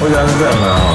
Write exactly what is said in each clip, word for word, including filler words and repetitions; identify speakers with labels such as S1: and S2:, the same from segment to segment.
S1: 我想是这样的哈。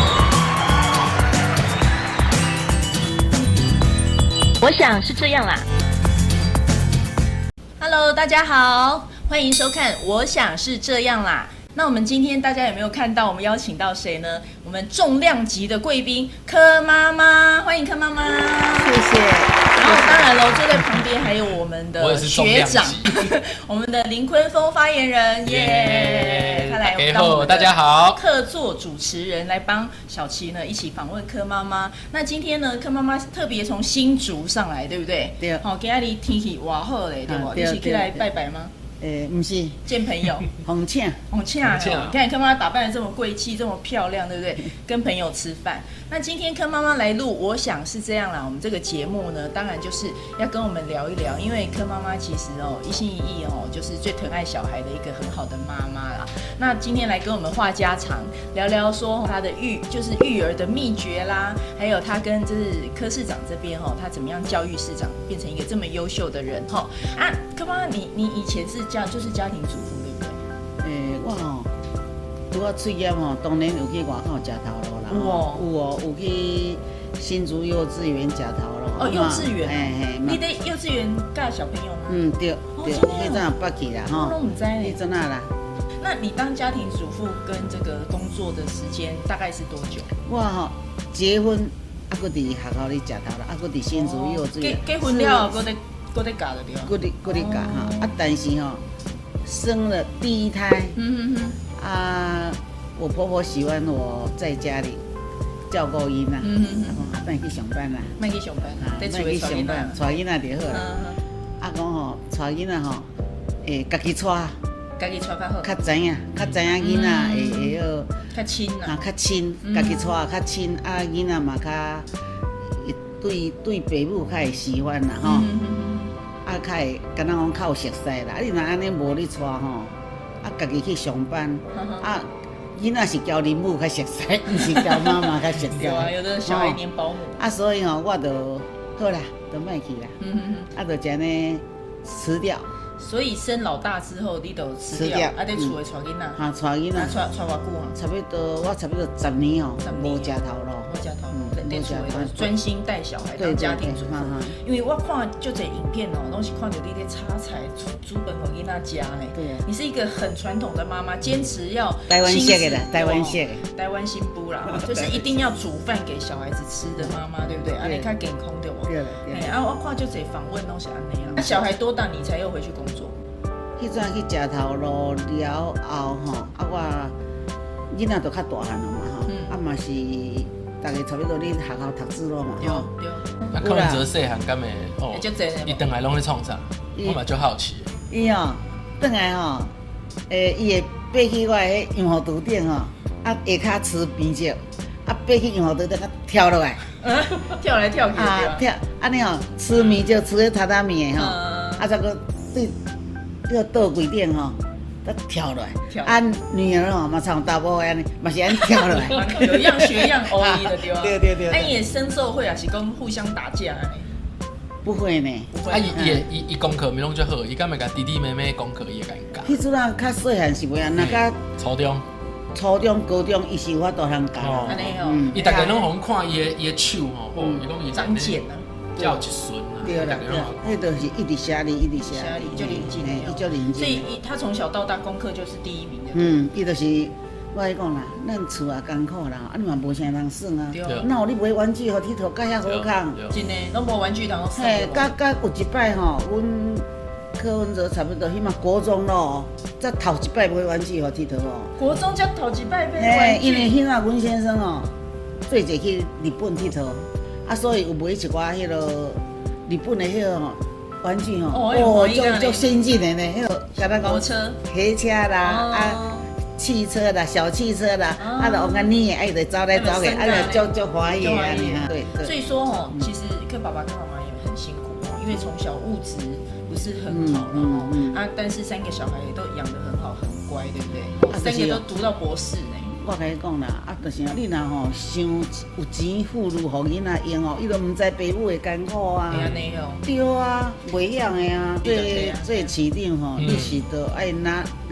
S2: 我想是这样啦。Hello， 大家好，欢迎收看《我想是这样啦》。那我们今天大家有没有看到我们邀请到谁呢？我们重量级的贵宾柯妈妈，欢迎柯妈妈，
S3: 谢谢。
S2: 然后当然喽，坐在旁边还有我们的学长，我们的林坤峰发言人，耶！他来当我们
S4: 大家好，
S2: 客座主持人来帮小琪呢一起访问柯妈妈。那今天呢，柯妈妈特别从新竹上来，对不对？
S3: 对。
S2: 好，今日天气哇好嘞，对不？一起去来拜拜吗？
S3: 诶，不是，
S2: 见朋友，
S3: 红庆，
S2: 红庆啊！你看柯妈妈打扮的这么贵气，这么漂亮，对不对？跟朋友吃饭。那今天柯妈妈来录，我想是这样啦。我们这个节目呢，当然就是要跟我们聊一聊，因为柯妈妈其实哦，一心一意哦，就是最疼爱小孩的一个很好的妈妈啦。那今天来跟我们话家常，聊聊说她的育，就是育儿的秘诀啦，还有她跟就是柯市长这边哦，她怎么样教育市长变成一个这么优秀的人哈啊？柯妈妈，你你以前是家就是家庭主妇对不对？
S3: 诶，我吼，拄啊出业吼，当年有去外口食头路啦。
S2: 有哦，
S3: 有哦，有去新竹幼稚园食头路。
S2: 哦，幼稚园。
S3: 嘿嘿。
S2: 你在幼稚园教小朋友吗？
S3: 嗯，对对，迄阵也捌去啦吼。
S2: 我都唔知呢。
S3: 迄阵啊啦。
S2: 那你当家庭主妇跟这个工作的时间大概是多久？
S3: 我吼结婚啊，搁伫学校里食头路，啊，搁伫新竹幼稚园。
S2: 结结婚了，搁在搁在教的对吧？
S3: 搁伫搁伫教哈，啊，但是吼生了第一胎，嗯哼哼，啊，我婆婆喜欢我在家里照顾囡仔，嗯哼哼，啊，别去上班啦，
S2: 别去上班，
S3: 别去上班，带囡仔就好啦。啊，讲吼带囡仔吼，诶，家己带。
S2: 家己带较好，
S3: 较知影，较知影囡仔会会好，
S2: 较亲啦，
S3: 较亲，家己带较亲，啊囡仔嘛较对对爸母较会喜欢啦吼，啊较会敢若讲较有熟悉啦。你若安尼无你带吼，啊家己去上班，啊囡仔是交恁母较熟悉，毋是交妈妈较熟悉。
S2: 对啊，有的小孩黏保姆。
S3: 啊所以吼，我就好啦，就莫去啦，啊就这样呢辞掉。
S2: 所以生老大之后，你都吃掉，啊，在厝里带囡仔，
S3: 哈，带囡仔，
S2: 带带偌久啊？
S3: 差不多，我差不多十年哦，无食头路，
S2: 无食头路，在厝里专心带小孩，当家庭主妇。因为我看就这影片哦，拢是看到你在炒菜、煮煮饭给囡仔吃呢。
S3: 对啊。
S2: 你是一个很传统的妈妈，坚持要
S3: 台湾式的啦，台湾式的，
S2: 台湾新妇啦，就是一定要煮饭给小孩子吃的妈妈，对不对？啊，你较健康对不？
S3: 对了，对。
S2: 哎，啊，我看就这访问拢是安尼啦。那小孩多大你才又回去工作？
S3: 迄阵去食头路了后吼，啊我囡仔都较大汉了嘛吼，啊嘛是大家差不多咧学校读书咯嘛
S2: 吼。对对。
S4: 啊，柯文哲细汉敢会哦，伊转来拢咧创啥？我嘛就好奇。
S3: 伊哦，转来吼，诶，伊会爬去我诶洋河图顶吼，啊下骹吃边石，啊爬去洋河图顶，啊跳落来。
S2: 跳来跳去。啊
S3: 跳，安尼吼，吃面就吃咧榻榻米诶吼，啊再个对。迄个倒柜顶吼，他跳落来，啊女儿吼嘛像大波安尼，嘛是安跳落来，
S2: 有样学样，欧伊的对吧？
S3: 对对对。
S2: 那也深受会啊，是讲互相打架呢？
S3: 不会呢。
S4: 啊，伊伊伊伊功课咪拢就好，伊敢会甲弟弟妹妹功课伊会甲因教。
S3: 迄阵啊，较细汉是袂安，那较
S4: 初中、
S3: 初中、高中，伊是有法度通教。
S2: 安尼哦。
S4: 伊大家拢互阮看伊的伊的手吼，哦，伊讲伊
S2: 长茧啊。
S4: 叫一孙啊，
S3: 对啦，对，迄就是一直写哩，一直写，
S2: 就临近，
S3: 伊就临近。
S2: 所以他从小到大功课就是第一名的。
S3: 嗯，伊就是，我来讲啦，咱厝也艰苦啦，啊你嘛无啥人耍啊，哪有你买玩具互佚佗，甲遐好康？
S2: 真的，拢无玩具通耍。
S3: 嘿，甲甲有一摆吼，阮柯文哲差不多，迄嘛国中咯，才头一摆买玩具互佚佗哦。
S2: 国中才头一摆买
S3: 玩具。因为迄阵阮先生哦，做者去日本佚佗。啊，所以有买一寡迄落日本的迄个玩具吼，哦，就就先进的呢，迄个甲咱讲
S2: 火车、
S3: 火车啦，啊，汽车啦，小汽车啦，啊，就往个捏，啊，就走来走去，啊，就就欢喜啊，对对。
S2: 所以说吼，其实跟爸爸跟妈妈也很辛苦哦，因为从小物质不是很好嘛，啊，但是三个小孩也都养得很好，很乖，对不对？三个都读到博士呢。
S3: 我甲你讲啦，啊，就是你若吼想有钱付入互囡仔用哦，伊都毋知爸母的艰苦啊。
S2: 会安尼哦。
S3: 对啊，袂晓的啊。做做市长吼，你是着爱拿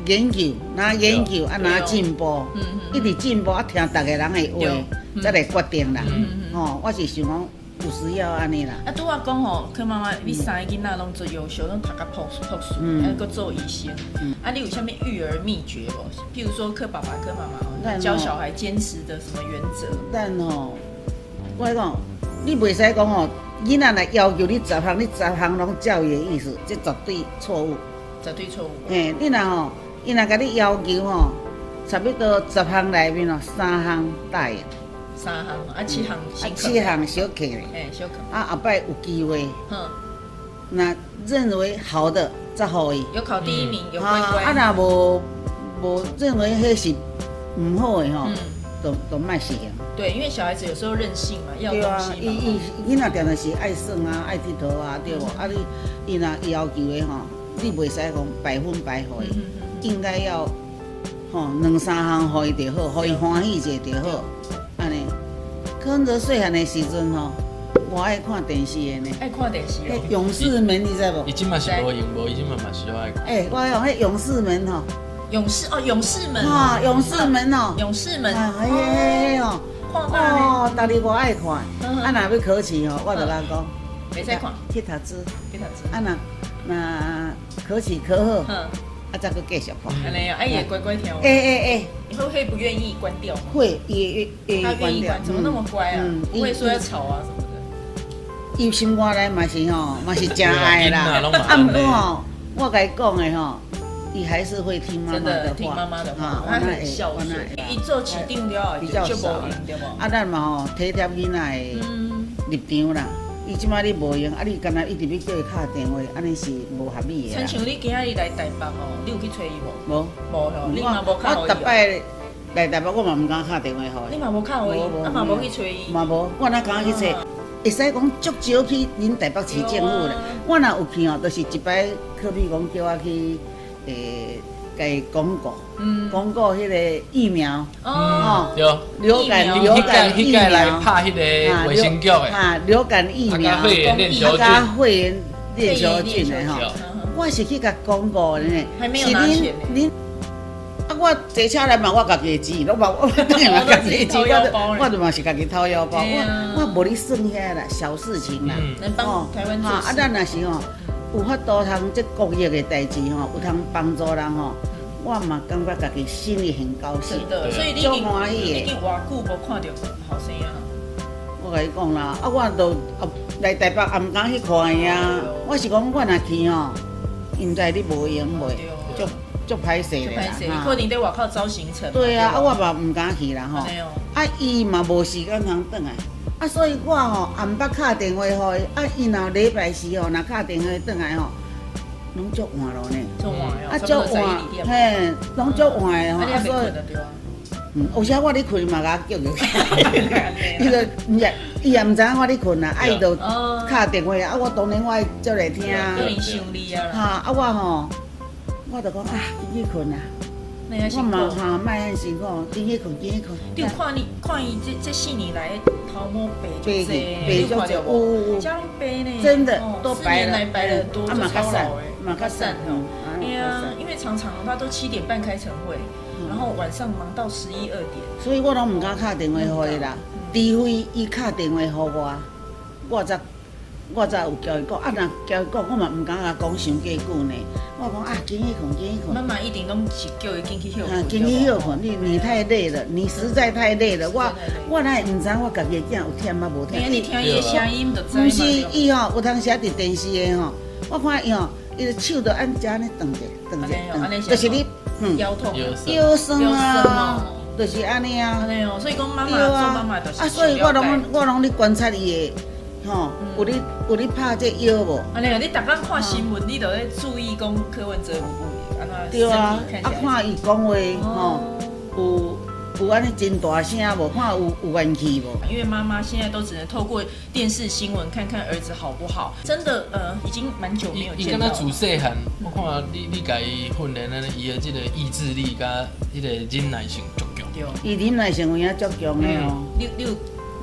S3: 研究，拿研究啊，拿进步，一直进步啊，听大家人的话，才来决定啦。吼，我是想讲有需要安尼啦。
S2: 啊，拄啊讲吼，柯妈妈，你三个囡仔拢做优秀，拢读甲博博士，还搁做医生。啊，你有啥物育儿秘诀无？譬如说，柯爸爸、柯妈妈教小孩坚持的什么原则？
S3: 但吼，我讲，你袂使讲吼，囡仔来要求你十项，你十项拢照伊的意思，这绝对错误。
S2: 绝对错误。
S3: 嘿，你若吼，伊若甲你要求吼，差不多十项内面哦，三项答应。
S2: 三项，啊七项，
S3: 啊七项小课咧。
S2: 哎，小课。
S3: 啊后摆有机会，
S2: 哼，
S3: 那认为好的再互伊。
S2: 有考第一名，有乖乖。
S3: 啊，若无无认为迄是唔好的吼，都都莫实行。
S2: 对，因为小孩子有时候任性嘛，要东西嘛。
S3: 对啊，伊伊囡仔定定是爱耍啊，爱佚佗啊，对无？啊你伊若要求的吼，你袂使讲百分百互伊，应该要吼两三项互伊就好，互伊欢喜者就好。安尼，可能在细汉的时阵吼，我爱看电视的呢。
S2: 爱看电视哦。
S3: 勇士们你知无？
S4: 伊即嘛是无用无，伊即嘛嘛是爱看。
S3: 诶，我用迄勇士们吼。
S2: 勇士哦，勇士们。
S3: 哈，勇士们哦。
S2: 勇士们。
S3: 啊，嘿嘿嘿哦。哦，家己我爱看。啊，若要考试吼，我就甲讲。
S2: 袂使看。
S3: 去读书。
S2: 去读书。
S3: 啊，若若考试考好。啊，再搁继续看。
S2: 安尼啊，哎也乖乖听。
S3: 哎哎哎，
S2: 你会会不愿意关掉吗？
S3: 会，也也
S2: 他愿意关，怎么那么乖啊？不会说要吵啊什么的。
S3: 伊心肝内嘛是吼，嘛是真爱啦。啊，毋过吼，我甲伊讲的吼，伊还是会听妈妈的话。
S2: 听妈妈的话，他很孝顺。一做起定了
S3: 比较少啦。啊，咱嘛吼体贴囡仔的立场啦。伊即摆你无用，啊你干那一直要叫伊敲电话，安尼是无合理的啦。
S2: 亲像你今仔日来台北哦，你有去找伊无？
S3: 无，
S2: 无吼，你嘛无敲伊。
S3: 我逐摆来台北，我嘛毋敢敲电话互伊。
S2: 你嘛无敲伊，啊嘛无去找伊。
S3: 嘛无，我哪敢去找？会使讲足少去恁台北市政府咧。我若有去哦，就是一摆，可比讲叫我去诶。甲伊广告，广告迄个疫苗，
S4: 哦，
S3: 流感流感疫苗，
S4: 来拍迄个卫生局的，
S3: 哈，流感疫苗，
S4: 肺炎链球菌，
S3: 加肺炎链球菌的吼，我是去甲广告的呢，
S2: 是恁恁，
S3: 啊，我坐车来嘛，我家己的钱，我嘛我当然嘛家己的钱，我我就嘛是家己掏腰包，我我无咧算遐啦，小事情啦，
S2: 能帮台湾做事，
S3: 啊，咱若是吼。有法度通这国益的代志吼，有通帮助人吼，我嘛感觉家己心里很高兴，
S2: 真的，所以你已经已经偌久无看到后生啊。
S3: 我甲你讲啦，啊，我都来台北也毋敢去看伊啊。我是讲我若去吼，因毋知你无闲袂，足足歹势咧
S2: 啦。可能在外口走行程。
S3: 对啊，啊我嘛毋敢去啦吼。啊，伊嘛无时间通转来。啊，所以我吼暗捌敲电话互伊，啊，伊若礼拜四吼，若敲电话转来吼，拢足晚咯呢。
S2: 足晚哦。
S3: 啊，足晚，嘿，拢足晚的吼。啊，所以，嗯，有时我咧困嘛，甲叫叫起。伊就毋是，伊也毋知影我咧困啊，啊，伊就敲电话啊，我当然我爱接来听。
S2: 叫伊想你啊。
S3: 哈，啊我吼，我就讲啊，紧去困啊。我嘛哈，莫遐辛苦，紧去困，紧去困。
S2: 你有看你看伊这这四年来头毛白就
S3: 济，白就就有有，
S2: 加白呢，
S3: 真的都白了，
S2: 四年来白了多，
S3: 啊嘛较散，
S2: 嘛较散哦。对呀，因为常常他都七点半开晨会，然后晚上忙到十一二点。
S3: 所以我拢唔敢敲电话互伊啦，除非伊敲电话互我，我才我才有交伊讲，啊，若交伊讲，我嘛唔敢甲讲伤过久呢。我讲啊，紧去困，紧去困。
S2: 妈妈一定拢是叫伊紧去休困。
S3: 紧去休困，你你太累了，你实在太累了。我我哪会唔知我家己囝有忝啊无忝？
S2: 你听伊的声音就知嘛。
S3: 唔是伊吼，有当时伫电视的吼，我看伊吼，伊的手就按遮呢动者，动者，就是你
S2: 嗯腰痛、
S3: 腰酸啊，就是安尼啊。
S2: 安尼哦，所以讲妈妈做妈妈就是啊，
S3: 所以我拢我拢咧观察伊的。吼，有咧有咧拍这药无？
S2: 安尼哦，你逐工看新闻，你都咧注意讲柯文哲有无安怎？
S3: 对啊，啊看伊讲话吼，有有安尼真大声无？看有有元气无？
S2: 因为妈妈现在都只能透过电视新闻看看儿子好不好，真的呃已经蛮久没有见到。伊敢若
S4: 自细汉，我看你你甲伊训练安尼，伊的这个意志力甲迄个忍耐性足强。
S3: 伊忍耐性有影足强的哦。
S2: 你你有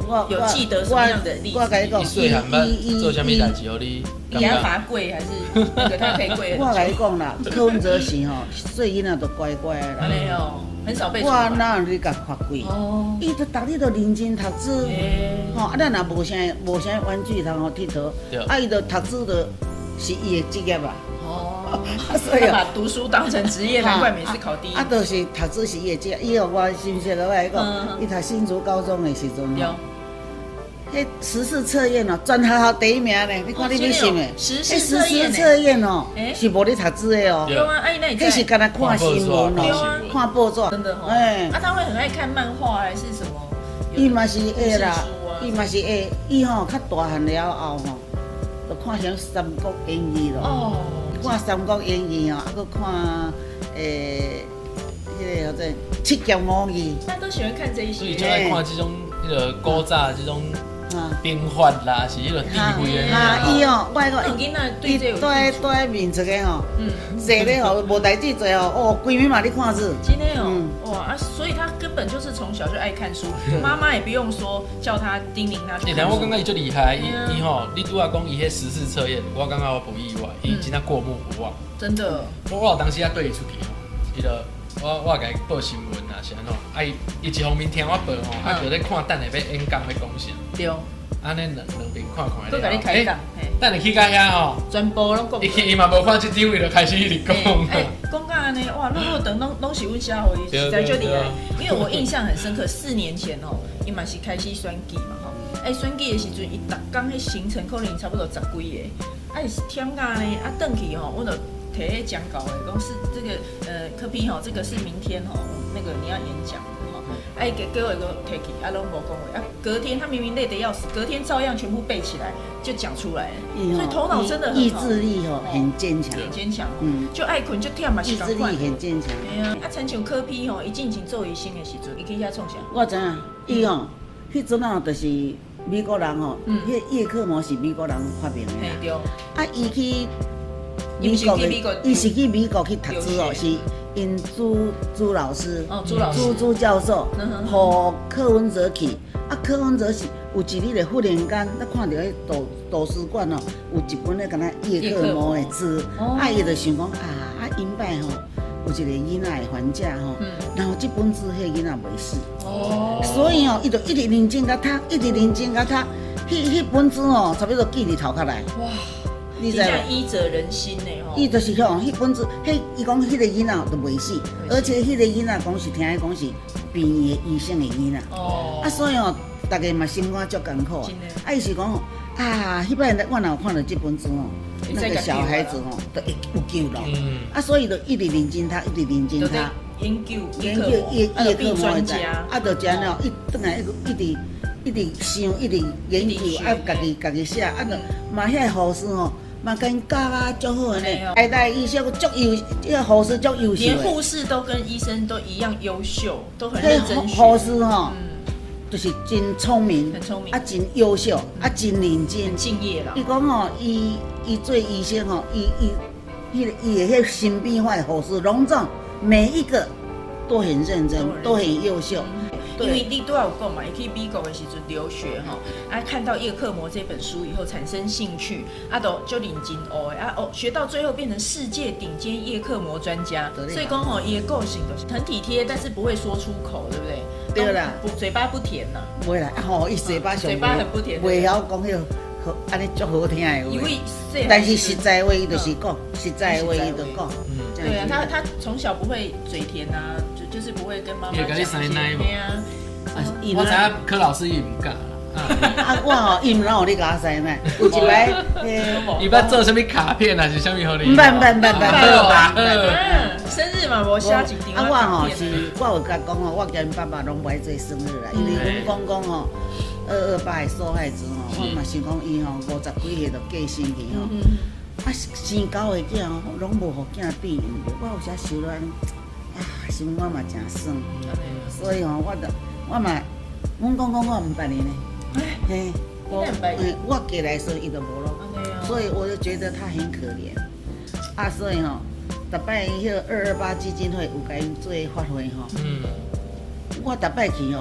S2: 有记得什么样的例子？
S3: 我甲你讲，
S4: 伊细汉捌做啥物代志，互你
S2: 伊要罚跪还是那个他可以跪？
S3: 我甲你讲啦，柯文哲是吼，细囡仔都乖乖的啦。
S2: 没有，很少被。
S3: 我哪有你甲罚跪？哦，伊都逐日都认真读书，吼啊，咱若无啥无啥玩具通好佚佗，啊，伊都读书都是伊的职业吧。哦，
S2: 所以把读书当成职业，难怪每次考第一。
S3: 啊，都是读书是伊的职业。伊互我新鲜的，我来讲，伊读新竹高中的时阵吼。迄十四测验哦，全校校第一名呢！你看你要信诶？
S2: 十四
S3: 测验哦，是无咧读书的哦。
S2: 有啊，阿姨那你
S3: 迄是干那看新闻哦，看报纸。
S2: 真的哦。哎，啊，他会很爱看漫画还是什么？
S3: 伊嘛是会啦，伊嘛是会，伊吼较大汉了后吼，就看啥《三国演义》咯。哦。看《三国演义》哦，啊，搁看诶，迄个叫做《七侠五义》。
S2: 大家都喜欢看这一些。
S4: 所以就爱看这种迄个古早这种。兵法啦，是迄个智慧的。
S3: 啊，伊哦，我讲，
S2: 伊对
S3: 对面这个吼，坐咧吼无代志做哦，哦，规暝嘛咧看书。
S2: 真的哦，哇啊！所以他根本就是从小就爱看书，妈妈也不用说叫他叮咛他去看书。
S4: 我感觉伊最厉害，伊伊吼，你拄仔讲伊迄十四测验，我感觉我不意外，伊真正过目不忘。
S2: 真的。
S4: 我我有当时啊对伊出去吼，伊就。我我甲伊报新闻啊，是安怎？啊伊伊一方面听我报吼，啊就咧看等下要演讲要讲啥。对。安尼两两边看看。
S2: 都甲你开讲。
S4: 等下去到遐吼，
S2: 全部拢讲。
S4: 伊伊嘛无看这张，伊就开始一直讲。
S2: 哎，讲到安尼，哇，那路等拢拢是阮写互伊，实在就厉害。因为我印象很深刻，四年前吼，伊嘛是开始选举嘛吼。哎，选举的时阵，伊逐工迄行程可能差不多十几个，啊是忝甲呢，啊转去吼，我就。提迄讲稿诶，讲是这个呃科批吼，这个是明天吼，那个你要演讲吼，哎给给我一个 take 啊，拢无讲话啊，隔天他明明累得要死，隔天照样全部背起来就讲出来，所以头脑真的很好，
S3: 意志力吼很坚强，
S2: 很坚强，嗯，就爱困就忝嘛，
S3: 意志力很坚强。
S2: 哎呀，啊，亲像科批吼，伊进前做医生的时阵，伊去遐创啥？
S3: 我知影，伊吼，迄阵啊，就是美国人吼，迄叶克膜是美国人发明的，
S2: 对，
S3: 啊，伊去。美国的，伊是去美国去读书哦，是因朱朱老师，
S2: 朱老师，
S3: 朱朱教授，和柯文哲去，啊，柯文哲是有一日的忽然间，咱看到迄图图书馆哦，有一本咧，敢若叶克膜的书，啊，伊就想讲啊，啊，因摆吼有一个囡仔的还价吼，然后这本书迄囡仔袂死，哦，所以哦，伊就一直认真甲读，一直认真甲读，迄迄本书哦，差不多记伫头壳内。哇！
S2: 你知影医者仁心呢吼，
S3: 伊就是吼，迄本子，迄伊讲迄个囡仔都袂死，而且迄个囡仔讲是听伊讲是病院医生的囡仔，哦，啊，所以吼，大家嘛心肝足艰苦啊，啊，伊是讲吼，啊，迄摆我若有看到这本书哦，那个小孩子吼，都会有救了，嗯，啊，所以就一直认真读，一直认真读，
S2: 研究
S3: 研究叶叶克膜的，啊，就这样了，一转来一个一直一直想，一直研究，啊，家己家己写，啊，就嘛遐护士吼。嘛跟教啊，足好呢。台大医生足优，这个护士足优秀。
S2: 连护士都跟医生都一样优秀，都很认真学。
S3: 护士吼，就是真聪明，
S2: 很聪明，
S3: 啊，真优秀，啊，真认真，
S2: 很敬业啦。
S3: 伊讲吼，伊伊做医生吼，伊伊伊伊的迄身边的护士，拢总每一个都很认真，都很优秀。
S2: 因为你都要有讲嘛，也去美国的时阵留学哈，啊看到叶克膜这本书以后产生兴趣，啊都就认真学啊哦，学到最后变成世界顶尖叶克膜专家。所以讲吼，伊的个性就是很体贴，但是不会说出口，对不对？
S3: 对啦，
S2: 不嘴巴不甜呐。
S3: 不会啦，吼，伊嘴巴
S2: 嘴巴很不甜，
S3: 袂晓讲迄个好安尼足好听的话。但是实在话，伊就是讲实在话，伊就讲。
S2: 对啊，他他从小不会嘴甜啊，就就是不会跟妈妈讲这些。对啊，
S4: 我知影柯老师伊唔敢。
S3: 啊，我吼伊唔让我你甲我塞呢，有一摆，
S4: 伊捌做什么卡片还是什么互你？
S3: 唔办唔办唔办唔办，
S2: 生日嘛，无写一张
S3: 啊，我吼是，我有甲讲吼，我跟爸爸拢不爱做生日啦，因为阮公公吼，二二八的受害者吼，我嘛想讲伊吼五十几岁就过身去吼。啊，生九个囝吼，拢无互囝变，我有啥想咱，啊，心我嘛真酸，所以吼，我着我嘛，阮公公我毋捌伊呢，嘿，我我过来时伊就无咯，所以我就觉得他很可怜，啊，所以吼，逐摆迄个二二八基金会有甲因做发挥吼，嗯，我逐摆去吼，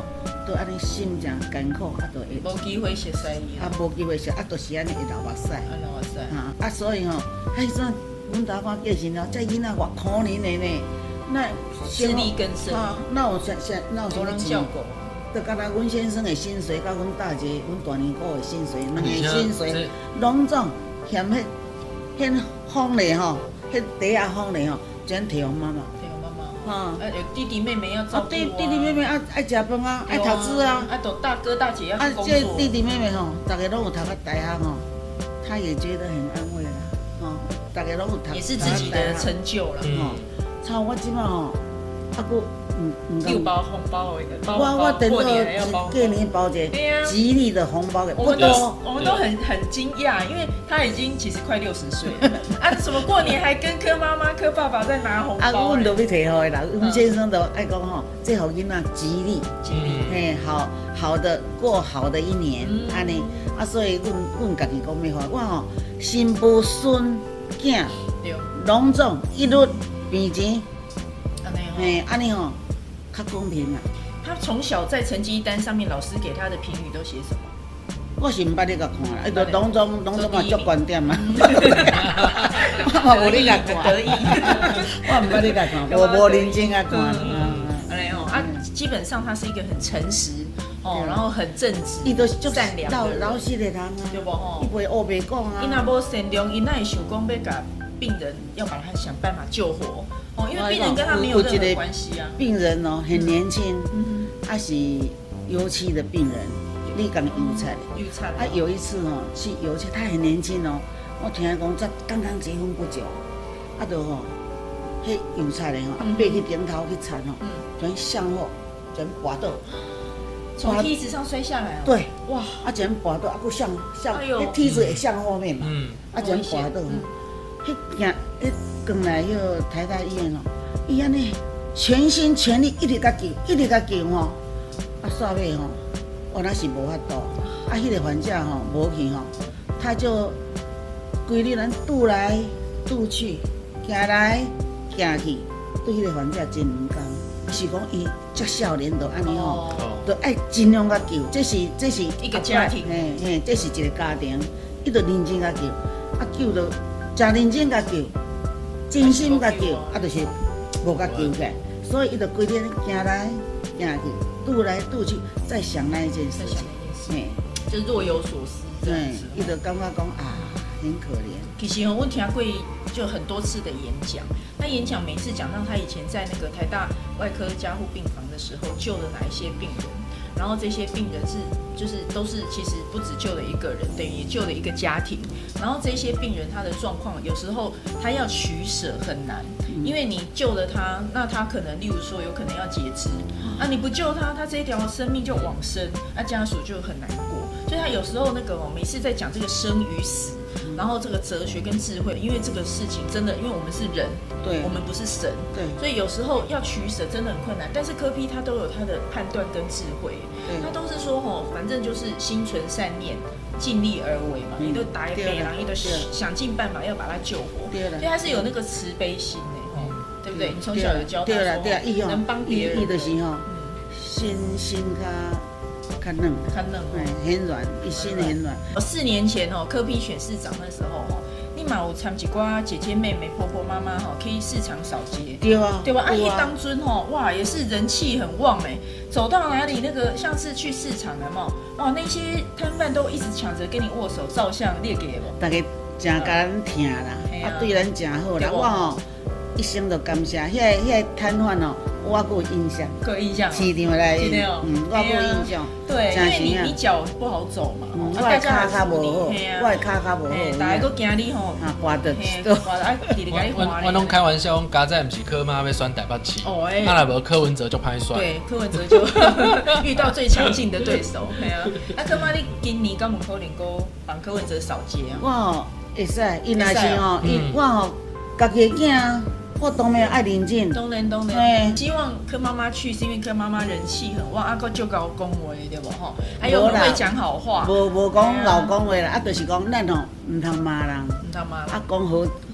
S3: 都安尼心诚艰苦，啊，都会
S2: 无机会熟悉伊。
S3: 啊，无机会熟，啊，都是安尼会流目屎。
S2: 啊，流目屎。
S3: 啊，啊，所以吼，迄阵阮大看过身了，这囡仔偌可怜的呢，那
S2: 自力更生。
S3: 啊，那有啥啥，那有啥物钱？就敢若阮先生的薪水，甲阮大姐、阮大年姑的薪水，两个薪水拢总嫌迄迄风嘞吼，迄底下风嘞吼，全摕互妈妈。
S2: 摕互妈妈。
S3: 哈，
S2: 啊，有弟弟妹妹要照顾啊。
S3: 弟弟弟妹妹爱爱食饭啊，爱读书啊。
S2: 啊，都大哥大姐要去工作。
S3: 啊，这弟弟妹妹吼，大家拢有读到大学吼，他也觉得很安慰啦，吼，大家拢有读。
S2: 也是自己的成就啦，
S3: 吼。像我即摆吼，啊，佫。
S2: 又包红包的，
S3: 我我等到过年包一个吉利的红包给
S2: 我们都我们都很很惊讶，因为他已经其实快六十岁了，啊，什么过年还跟柯妈妈、柯爸爸在拿红包。啊，
S3: 阮都要摕互的啦，阮先生都爱讲吼，这互囡仔吉利，
S2: 吉利，
S3: 嘿，好好的过好的一年，安尼，啊，所以阮阮家己讲咩话，我吼新妇孙囝，隆重一律变钱，
S2: 安尼吼，
S3: 嘿，安尼吼。较公平啊！
S2: 他从小在成绩单上面，老师给他的评语都写什么？
S3: 我是唔捌你甲看啦，伊就拢总拢总嘛足观点嘛。我嘛无你甲看，
S2: 得意。
S3: 我唔捌你甲看，无无认真甲看。
S2: 安尼哦，啊，基本上他是一个很诚实哦，然后很正直，
S3: 伊都就
S2: 善良
S3: 老老实的人啊，
S2: 对不吼？
S3: 伊袂黑白讲啊。
S2: 伊若无善良，伊哪会想讲要甲病人要把他想办法救活？哦，因为病人跟他没有任何关系啊。
S3: 病人哦，很年轻，嗯，啊是油漆的病人，你讲油菜，
S2: 油菜。
S3: 啊有一次哦，去油漆，他很年轻哦，我听讲才刚刚结婚不久，啊就吼，迄油菜嘞吼，啊爬去顶头去铲吼，全向后，全滑倒，
S2: 从梯子上摔下来哦。
S3: 对，哇，啊全滑倒，啊佫向向，迄梯子也向后面嘛，嗯，啊全滑倒，迄行迄。转来迄个台大医院哦，伊安尼全心全力一直甲救，一直甲救吼，啊煞尾吼，我那是无法度，啊迄个患者吼无去吼，他就规日咱拄来拄去，行来行去，对迄个患者真唔甘，是讲伊足少年就安尼吼，就爱尽量甲救，这是这是
S2: 一个家庭，
S3: 嘿嘿，这是一个家庭，伊就认真甲救，啊救就真认真甲救。真心甲救，啊，就是无甲救起来，所以伊就规日行来行去，拄来拄去，再想那一件事情，
S2: 嘿，就若有所思。
S3: 对，伊就感觉讲啊，很可怜。
S2: 其实我听过就很多次的演讲，那演讲每次讲到他以前在那个台大外科加护病房的时候救了哪一些病人。然后这些病人是，就是都是其实不只救了一个人，等于也救了一个家庭。然后这些病人他的状况，有时候他要取舍很难，因为你救了他，那他可能例如说有可能要截肢，啊你不救他，他这一条生命就往生，那家属就很难过。所以他有时候那个哦，每次在讲这个生与死。然后这个哲学跟智慧，因为这个事情真的，因为我们是人，对，我们不是神，对，所以有时候要取舍真的很困难。但是柯 P 他都有他的判断跟智慧，他都是说吼，反正就是心存善念，尽力而为嘛。你都打一北狼，你都想尽办法要把他救活，所以他是有那个慈悲心的，对不对？你从小有教他说，能帮别人，
S3: 心心他。较嫩，
S2: 较嫩，
S3: 哎，很软，一心很软。
S2: 四年前哦，柯 P 选市长那时候哦，你嘛有参一寡姐姐妹妹、婆婆妈妈哈，去市场扫街，
S3: 对啊，
S2: 对吧？啊，一当尊吼，哇，也是人气很旺哎，走到哪里那个像是去市场了嘛，哇，那些摊贩都一直抢着跟你握手照相，列给我。
S3: 大家真甲咱疼啦，啊，对咱真好啦，我吼一生都感谢，迄个迄个摊贩哦。我还有印象，
S2: 有印象，
S3: 市场来，嗯，我有印象，
S2: 对，因为你你脚不好走嘛，
S3: 我的脚较无好，我的脚较无好，
S2: 大家都惊你吼，
S3: 啊，滑倒，
S2: 滑倒，啊，直直甲你滑。
S4: 我拢开玩笑，讲家仔毋是柯妈要选台北市，那若无柯文哲就歹选。
S2: 对，柯文哲就遇到最强劲的对手，系啊。啊，柯妈你今年敢有可能够帮柯文哲扫街啊？
S3: 我吼会使，伊若是吼，伊我吼家己囝。我当然爱认真，
S2: 当然当然。希望柯妈妈去，是因为柯妈妈人气很旺，啊，佮就搞恭维对不吼？还有很会讲好话。
S3: 无无讲老恭维啦，啊，就是讲咱吼唔通骂人，
S2: 唔通骂人，
S3: 啊，讲好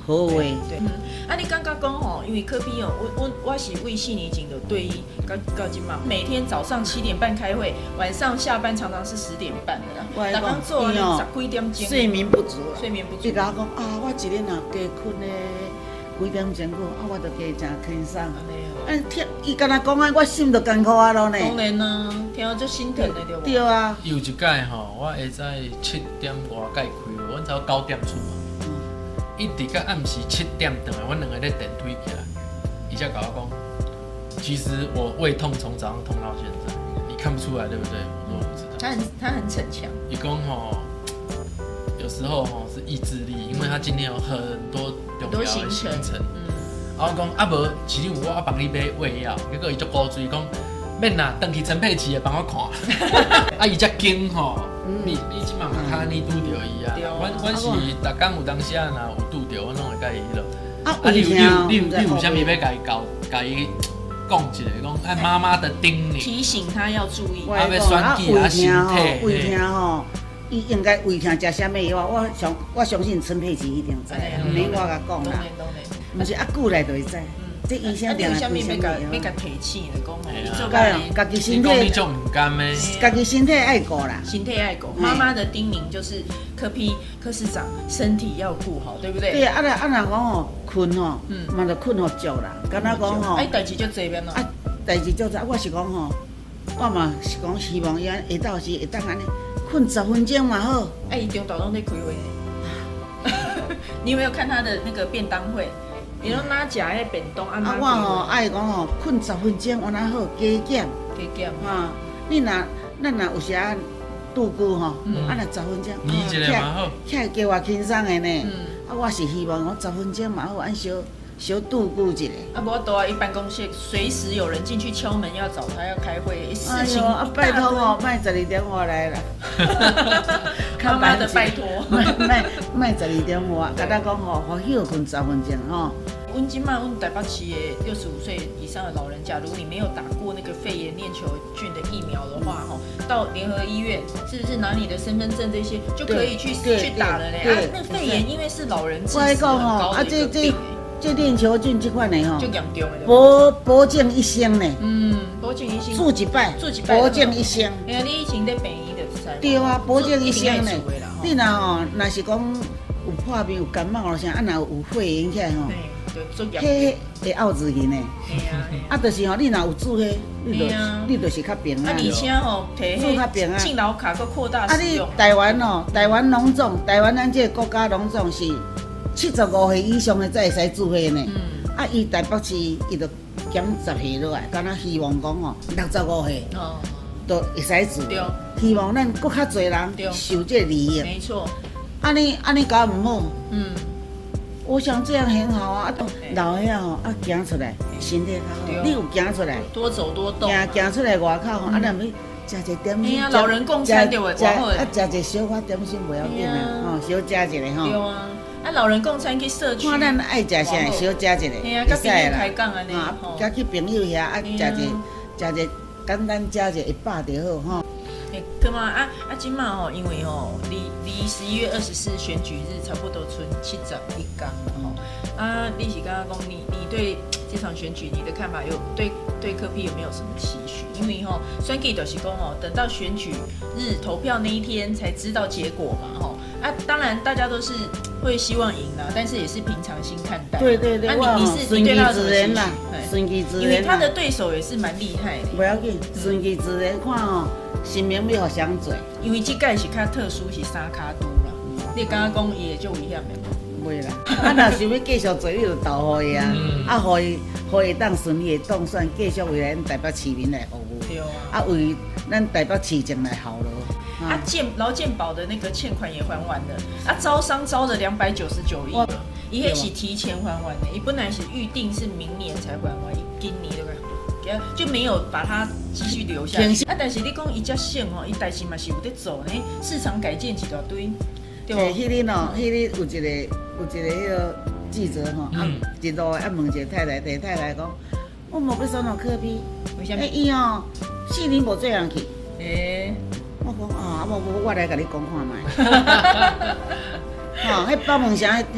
S3: 好话。
S2: 对，嗯，啊，你刚刚讲吼，因为科比哦，我我我是为四年前的对伊到到今嘛，每天早上七点半开会，晚上下班常常是十点半的啦。
S3: 我
S2: 刚做了十几点钟，
S3: 睡眠不足，
S2: 睡眠不足。
S3: 你甲我讲啊，我一日若加困咧几点钟过，啊，我就加真轻松。啊，听伊敢若讲啊，我心就艰苦啊咯呢。
S2: 当然啦，听到足心疼的对无？
S3: 对啊。
S4: 有一届吼，我下早七点外届开会，阮才九点出门。一直到暗时七点回来，阮两个咧电梯起来，伊才甲我讲，其实我胃痛从早上痛到现在，你看不出来对不对？我说我不知道。他
S2: 很他很逞强。伊
S4: 讲吼，有时候吼是意志力，因为他今天有很多重要的行程。嗯。啊，我讲啊无，其实我帮你买胃药，结果伊足鼓嘴讲，免啦，回去陈佩琪会帮我看。啊，伊遮惊吼。你你即马卡你拄着伊啊？阮阮是逐工有当时啊，若有拄着，阮拢会甲伊迄落。啊，你有你有你有你有啥物要甲伊教，甲伊讲一下，讲哎妈妈的叮咛，
S2: 提醒他要注意。
S3: 啊，要选记啊，身体。胃疼吼，伊应该胃疼食啥物药？我相我相信陈佩琪一定知，唔免我甲讲啦。毋是啊，久来就会知。这医生定来规身体，
S2: 要甲提醒来讲哦，
S3: 家家己身体，
S4: 你种唔甘咩？
S3: 家己身体爱顾啦，
S2: 身体爱顾。妈妈的叮咛就是柯 P 柯市长身体要顾好，对不对？
S3: 对啊，啊若啊若讲吼困吼，嗯，嘛就困好足啦。敢若讲吼，
S2: 哎，代志就这边咯。
S3: 啊，代志就这，我是讲吼，我嘛是讲希望伊安下昼时会当安尼困十分钟嘛好。
S2: 哎，伊中岛拢在开会呢。你有没有看他的那个便当会？伊拢哪食迄便当啊？
S3: 啊，我吼爱讲吼，困十分钟，安那好加减。
S2: 加减
S3: 哈，你若咱若有时啊拄久吼，啊若十分钟，
S4: 你一个嘛好，
S3: 起来加偌轻松的呢。啊，我是希望我十分钟嘛好，安小小拄久一下。
S2: 啊，无多啊，伊办公室随时有人进去敲门要找他要开会，事情
S3: 啊，拜托哦，卖十二点外来啦。
S2: 妈妈的拜托，
S3: 卖卖卖十二点外，甲咱讲吼，好休困十分钟吼。
S2: 阮今麦阮台北市的六十五岁以上的老人家，如果你没有打过那个肺炎链球菌的疫苗的话，吼，到联合医院是不是拿你的身份证这些就可以去去打了嘞？啊，那肺炎因为是老人致死很高的一个病。
S3: 这链球菌这款的吼，
S2: 就严重的，
S3: 保保证一生呢。
S2: 嗯，保证一生。
S3: 住一摆，
S2: 住一摆，
S3: 保证一生。
S2: 哎呀，你以前在病院就知。
S3: 对啊，保证一生呢。你若吼，若是讲有破病、有感冒了啥，啊，若有肺炎起来吼，迄会拗自己呢。啊，就是吼，你若有住迄，你就你就是较平安。啊，
S2: 而且吼，
S3: 住较平安。
S2: 敬老卡搁扩大使用。
S3: 啊，你台湾哦，台湾农总，台湾咱这个国家农总是。七十五岁以上的才会使住迄呢，嗯、啊，伊台北市伊就减十岁落来，敢若希望讲吼六十五岁，哦，都会使住。对，希望咱搁较侪人受这利益。
S2: 没错。
S3: 安尼安尼搞唔好。嗯。我想这样很好啊，老岁吼啊，行出来，身体较好。你有行出来，
S2: 多走多动。
S3: 行行出来外口吼，啊，若要食一点心。
S2: 哎呀，老人共餐对袂？
S3: 食啊，食一小块点心不要紧啊，吼，小食一下吼。
S2: 对啊。啊，老人共餐去社区，
S3: 看咱爱食啥，小食一下，
S2: 会使啦。
S3: 啊，甲去朋友遐啊，食一食一简单食一一百就好吼。
S2: 诶，哥嘛啊啊，今嘛吼，因为吼离离十一月二十四选举日差不多剩七十一天了吼。啊，你是刚刚讲你你对这场选举你的看法有对对柯 P 有没有什么期许？因为吼，选举就是讲吼，等到选举日投票那一天才知道结果嘛吼。啊，当然大家都是会希望赢啦，但是也是平常心看待。
S3: 对对对，
S2: 那、啊、你你是你对他有什么期许？
S3: 顺其自然啦，
S2: 因为他的对手也是蛮厉害的。
S3: 不要紧，顺其自然，看吼，新民要互谁做。
S2: 因为这届是较特殊，是三卡都啦。你刚刚讲伊会足危险的。
S3: 袂啦，啊，若想要继续做，你就投互伊啊，啊，互伊，互伊当顺利的当选，继续为咱台北市民来服务。对啊。啊，为咱台北市政来效劳。
S2: 啊，健劳健保的那个欠款也还完了，啊，招商招了两百九十九亿了，伊迄是提前还完的，伊本来是预定是明年才还完，伊今年对吧？就没有把它继续留下去。啊，但是你讲伊只省吼，伊代志嘛是有在做呢，市场改建一大堆，对不？
S3: 迄日喏，迄日有一个有一个迄个记者吼，啊，一路啊问一个太太，第太太讲，我无要选到柯 P， 为什么？伊哦，四年无做人去。诶。我讲啊，我我我来甲你讲看卖。吼，迄北门城迄迄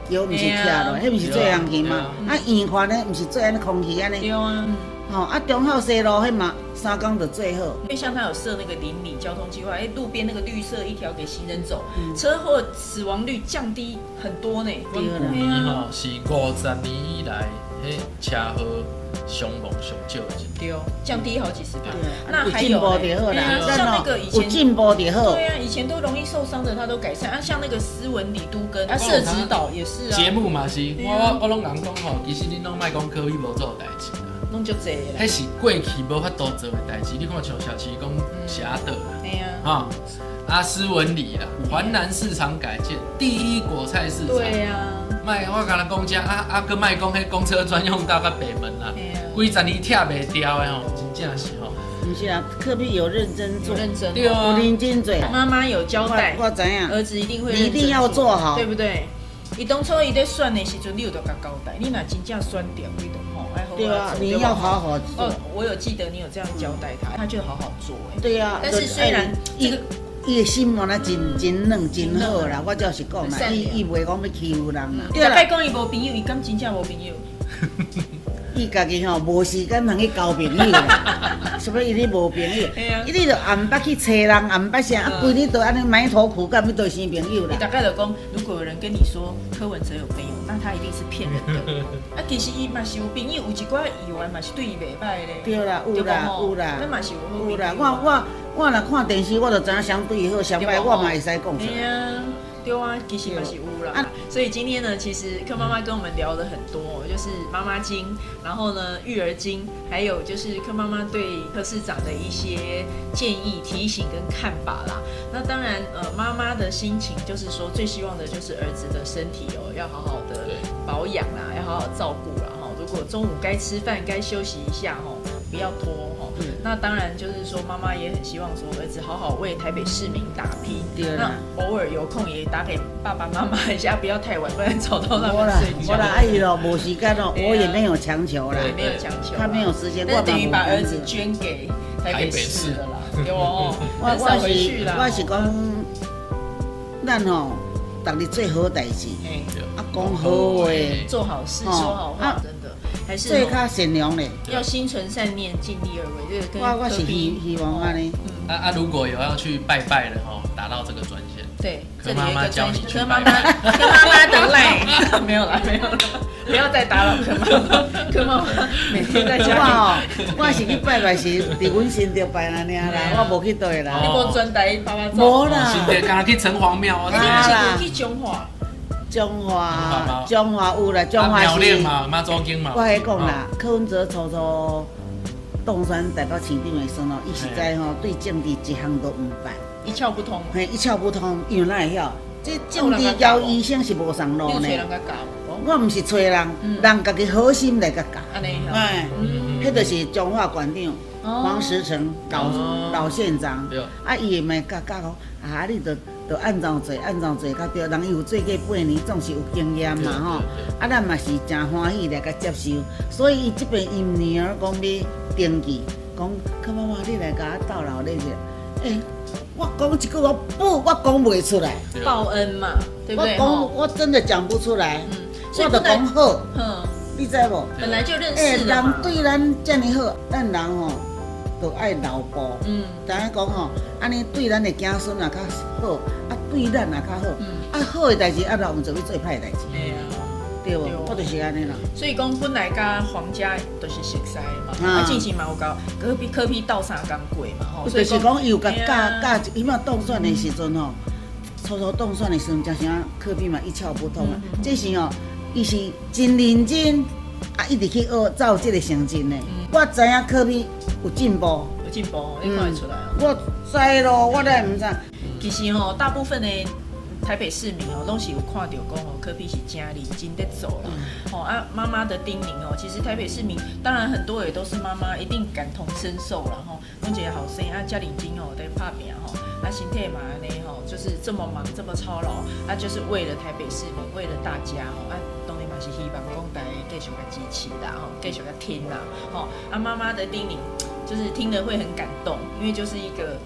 S3: 桥毋是徛落，迄毋是做人去嘛？啊，圆环呢，毋是做安尼空气安尼。
S2: 对啊。
S3: 吼啊，中后西路迄嘛，三工就最好。
S2: 因为像他有设那个邻里交通计划，哎，路边那个绿色一条给行人走，嗯、车祸死亡率降低很多呢。
S4: 对啦，去年吼是五十年以来，迄车祸伤亡上少的。
S2: 对哦，降低好几十趴。那
S3: 还有进步就好啦，
S2: 像那个以前
S3: 有进步就好。
S2: 对啊，以前都容易受伤的，他都改善。啊，像那个斯文李都根，啊，设指导也是啊。
S4: 节目嘛是，我我我拢人讲吼，其实恁拢莫讲科比无做代志。
S2: 弄就这啦，
S4: 迄是过去无法度做的代志。你看像小七讲侠德啦，
S2: 哎呀，
S4: 啊，阿斯文里啦，环南市场改建，第一果菜市场，
S2: 对呀，
S4: 卖我甲咱讲遮啊啊，佮卖讲迄公车专用道甲北门啦，几十年拆袂掉的吼，真正是吼。
S3: 不是啊，科比有认真做，
S2: 认真，
S4: 对啊，
S3: 有认真做。
S2: 妈妈有交代，
S3: 我知影，
S2: 儿子一定会，
S3: 你一定要做好，
S2: 对不对？伊当初伊在选的时阵，你有得甲交代，你若真正选掉，你就吼爱好好做。
S3: 对啊，你要好好做。
S2: 哦，我有记得你有这样交代他，他就好好做哎。
S3: 对啊，
S2: 但是虽然这个
S3: 伊的心原来真真软真好啦，我就是讲啦，伊伊袂讲要欺负人啦。
S2: 对啦，讲伊无朋友，伊敢真正无朋友。
S3: 伊家己吼无时间通去交朋友啦，什么伊咧无朋友，伊咧就暗捌去找人，暗捌啥，啊规日都安尼埋头苦干，要对生朋友啦。
S2: 你大概就讲，如果有人跟你说柯文哲有朋友，那他一定是骗人的。啊，其实伊嘛是有朋友，有一寡议员嘛是对伊袂歹咧。
S3: 对啦，有啦，有啦，
S2: 那嘛是有好。
S3: 有啦，我我我若看电视，我就知影相对好，相歹我嘛会使讲出来。
S2: 对啊，其实嘛是有啦。所以今天呢，其实柯妈妈跟我们聊了很多，就是妈妈经，然后呢育儿经，还有就是柯妈妈对柯市长的一些建议、提醒跟看法啦。那当然，呃，妈妈的心情就是说，最希望的就是儿子的身体哦，要好好的保养啦，要好好照顾啦哈。如果中午该吃饭、该休息一下哈，不要拖哈。那当然就是说，妈妈也很希望说儿子好好为台北市民打拼。那偶尔有空也打给爸爸妈妈一下，不要太晚，不然吵到他们睡觉。
S3: 我啦，阿姨咯，无时间咯，我也没有强求啦。
S2: 对，没有强求。
S3: 他没有时间，
S2: 那等于把儿子捐给台北市了啦。有哦，
S3: 我我是我是讲，咱吼，逐日做好代志，啊，讲好话，
S2: 做好事，说好话，真的。还是
S3: 最较善良嘞，
S2: 要心存善念，尽力而为。这个跟
S3: 我我是希希望安尼。
S4: 啊啊，如果有要去拜拜的吼，打到这个专线。
S2: 对，
S4: 柯妈妈教你去拜拜。
S2: 柯妈妈，柯妈妈的赖，没有啦，没有啦，不要再打扰柯妈妈。柯妈妈每天在家
S3: 里。我是去拜拜是伫阮新店拜那尔啦，我无去对啦。
S2: 你无专台爸爸走？
S3: 无啦，
S4: 新店刚刚去城隍庙。
S2: 你是去中华？
S3: 中华，中华有啦，中华
S4: 是嘛，妈祖经嘛。
S3: 我喺讲啦，柯文哲初初当选台北市长的时候，伊实在吼对政治一项都唔办，
S2: 一窍不通。
S3: 嘿，一窍不通，因为哪会晓？这政治交医生是无上路呢。我唔是找人，人家己好心来甲教。
S2: 安尼吼。
S3: 哎，迄就是中华馆长黄石成老老县长，啊，伊会咪甲教讲，啊，你着。就按照做，按照做较对，人伊有做过八年，总是有经验嘛吼。啊，咱嘛是真欢喜来甲接受，所以伊即边因女儿讲要登记，讲柯妈妈你来甲我斗劳咧者，诶，我讲一句我不，我讲袂出来。
S2: 报恩嘛，对不对？
S3: 我讲我真的讲不出来，我就讲好，你知无？
S2: 本来就认识了嘛。
S3: 人对咱遮尔好，咱人吼。都爱留步，嗯，知影讲吼，安尼对咱的子孙也较好，啊，对咱也较好，啊，好的代志啊，留唔做去做歹的代志，对无？我就是安尼啦。
S2: 所以讲本来甲皇家都是熟悉的嘛，啊，之前嘛有交隔壁柯比斗相共过嘛，吼，
S3: 就是讲伊有甲教教，伊嘛当选的时阵吼，初初当选的时阵，真正柯比嘛一窍不通啊，这是哦，伊是真认真。啊，一直去学走这个成绩呢。嗯、我知影科比有进步，
S2: 有进步，你看得出来啊。
S3: 我知咯，我哪会唔知？
S2: 其实吼、哦，大部分的台北市民哦，拢是有看到讲哦，柯 P 是真认真在走啦。嗯、哦啊，妈妈的叮咛哦，其实台北市民当然很多也都是妈妈，一定感同身受啦吼。讲一个后生啊，家认真哦在拍拼吼，啊身体嘛安尼吼，就是这么忙这么操劳，啊就是为了台北市民，为了大家吼，啊当然嘛是希望讲大家继续来支持啦吼，继续来听啦吼。啊妈妈的叮咛就是听了会很感动，因为就是一个。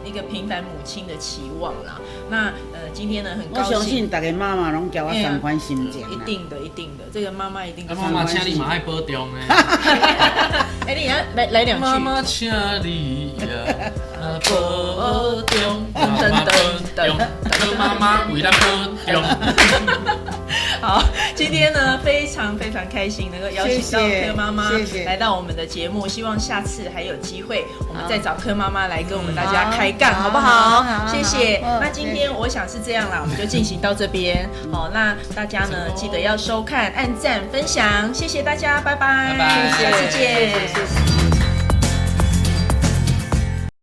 S2: 一个平凡母亲的期望啦。那呃，今天呢很高兴，
S3: 我相信大家妈妈拢交我三款心情、
S2: 嗯。一定的，一定的，这个妈妈一定的。
S4: 妈妈，请你嘛爱保重呢。
S2: 哎，你要来来两句。
S4: 妈妈，请你呀，保重，妈妈保重，柯妈妈为咱保重。
S2: 好，今天呢非常非常开心能够邀请到柯妈妈来到我们的节目，希望下次还有机会，我们再找柯妈妈来跟我们大家开杠，好不好？谢谢。那今天我想是这样啦，我们就进行到这边。好，那大家呢记得要收看、按赞、分享，谢谢大家，拜拜，
S4: 拜拜，
S2: 下次见。
S3: 谢谢。